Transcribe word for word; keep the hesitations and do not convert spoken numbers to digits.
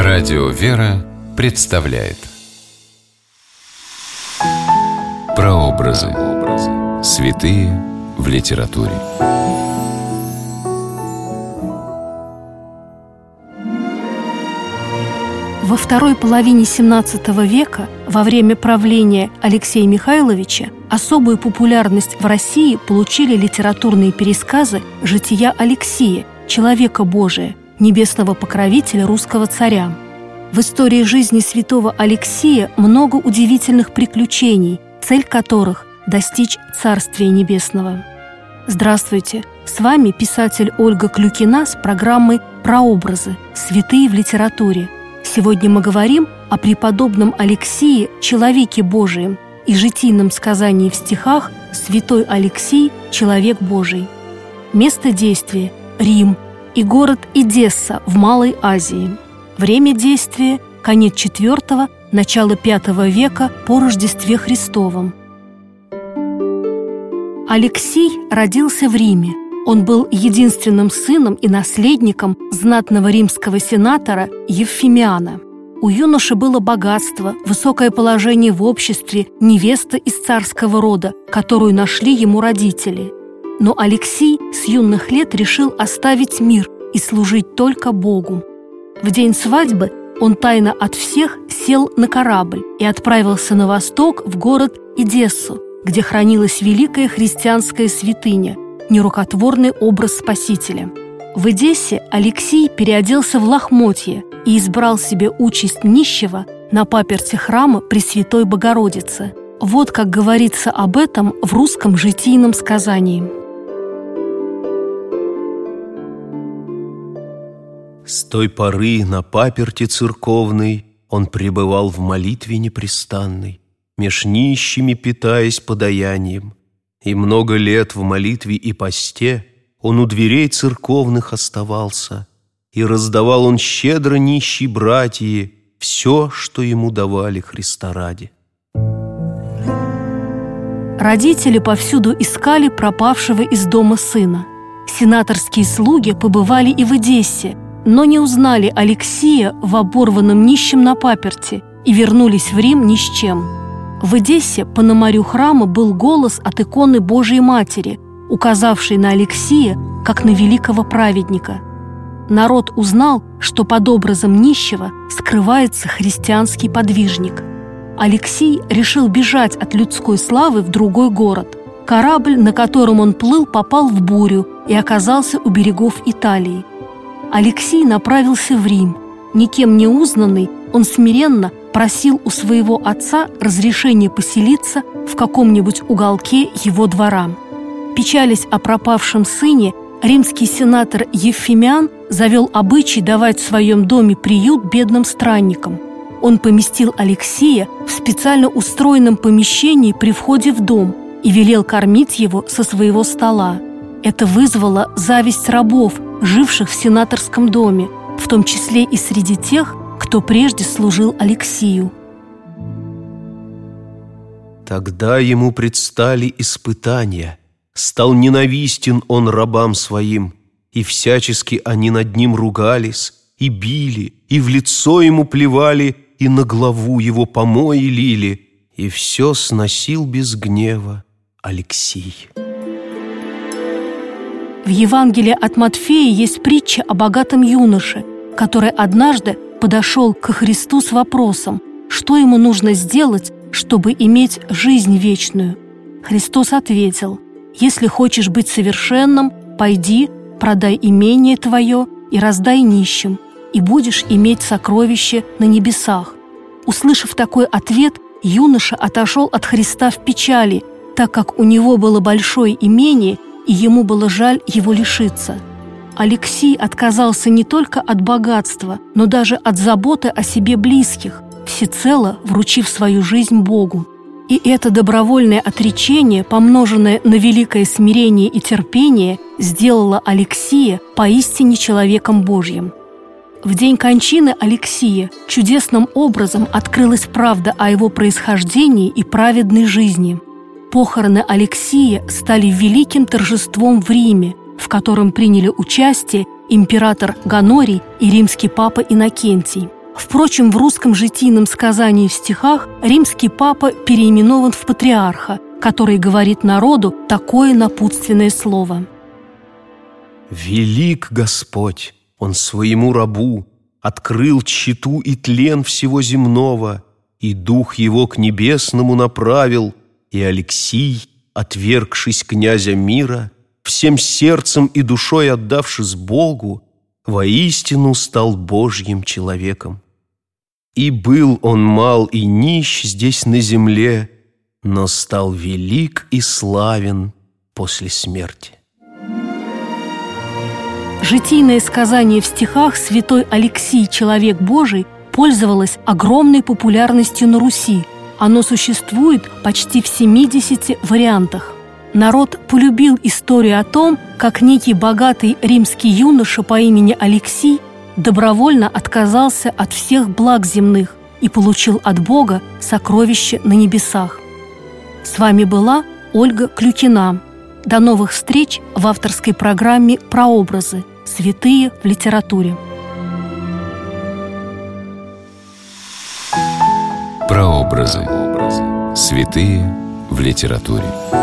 Радио «Вера» представляет Прообразы. Святые в литературе. Во второй половине семнадцатого века, во время правления Алексея Михайловича, особую популярность в России получили литературные пересказы жития Алексия, человека Божия, небесного покровителя русского царя. В истории жизни святого Алексия много удивительных приключений, цель которых – достичь Царствия Небесного. Здравствуйте! С вами писатель Ольга Клюкина с программой «Прообразы. Святые в литературе». Сегодня мы говорим о преподобном Алексии, человеке Божием, и житийном сказании в стихах «Святой Алексий, человек Божий». Место действия – Рим и город Эдесса в Малой Азии. Время действия – конец четвёртого, начало пятого века по Рождестве Христовом. Алексий родился в Риме. Он был единственным сыном и наследником знатного римского сенатора Евфимиана. У юноши было богатство, высокое положение в обществе, невеста из царского рода, которую нашли ему родители. Но Алексий с юных лет решил оставить мир и служить только Богу. В день свадьбы он тайно от всех сел на корабль и отправился на восток в город Эдессу, где хранилась великая христианская святыня, нерукотворный образ Спасителя. В Эдессе Алексий переоделся в лохмотье и избрал себе участь нищего на паперти храма Пресвятой Богородицы. Вот как говорится об этом в русском житийном сказании. С той поры на паперти церковной он пребывал в молитве непрестанной, меж нищими питаясь подаянием. И много лет в молитве и посте он у дверей церковных оставался, и раздавал он щедро нищей братьи все, что ему давали Христа ради. Родители повсюду искали пропавшего из дома сына. Сенаторские слуги побывали и в Эдессе, но не узнали Алексия в оборванном нищем на паперти и вернулись в Рим ни с чем. В Эдессе по номарю храма был голос от иконы Божией Матери, указавшей на Алексия как на великого праведника. Народ узнал, что под образом нищего скрывается христианский подвижник. Алексий решил бежать от людской славы в другой город. Корабль, на котором он плыл, попал в бурю и оказался у берегов Италии. Алексий направился в Рим. Никем не узнанный, он смиренно просил у своего отца разрешения поселиться в каком-нибудь уголке его двора. Печалясь о пропавшем сыне, римский сенатор Евфимиан завел обычай давать в своем доме приют бедным странникам. Он поместил Алексия в специально устроенном помещении при входе в дом и велел кормить его со своего стола. Это вызвало зависть рабов, живших в сенаторском доме, в том числе и среди тех, кто прежде служил Алексию. Тогда ему предстали испытания. Стал ненавистен он рабам своим, и всячески они над ним ругались, и били, и в лицо ему плевали, и на главу его помои лили, и все сносил без гнева Алексий. В Евангелии от Матфея есть притча о богатом юноше, который однажды подошел ко Христу с вопросом, что ему нужно сделать, чтобы иметь жизнь вечную. Христос ответил: «Если хочешь быть совершенным, пойди, продай имение твое и раздай нищим, и будешь иметь сокровище на небесах». Услышав такой ответ, юноша отошел от Христа в печали, так как у него было большое имение, и ему было жаль его лишиться. Алексий отказался не только от богатства, но даже от заботы о себе близких, всецело вручив свою жизнь Богу. И это добровольное отречение, помноженное на великое смирение и терпение, сделало Алексия поистине человеком Божьим. В день кончины Алексия чудесным образом открылась правда о его происхождении и праведной жизни. Похороны Алексия стали великим торжеством в Риме, в котором приняли участие император Гонорий и римский папа Иннокентий. Впрочем, в русском житийном сказании в стихах римский папа переименован в патриарха, который говорит народу такое напутственное слово. «Велик Господь, Он своему рабу открыл тщету и тлен всего земного, и дух его к небесному направил, и Алексий, отвергшись князя мира, всем сердцем и душой отдавшись Богу, воистину стал Божьим человеком. И был он мал и нищ здесь на земле, но стал велик и славен после смерти». Житийное сказание в стихах «Святой Алексий, человек Божий» пользовалось огромной популярностью на Руси. Оно существует почти в семидесяти вариантах. Народ полюбил историю о том, как некий богатый римский юноша по имени Алексий добровольно отказался от всех благ земных и получил от Бога сокровище на небесах. С вами была Ольга Клюкина. До новых встреч в авторской программе «Прообразы. Святые в литературе». Прообразы. Святые в литературе.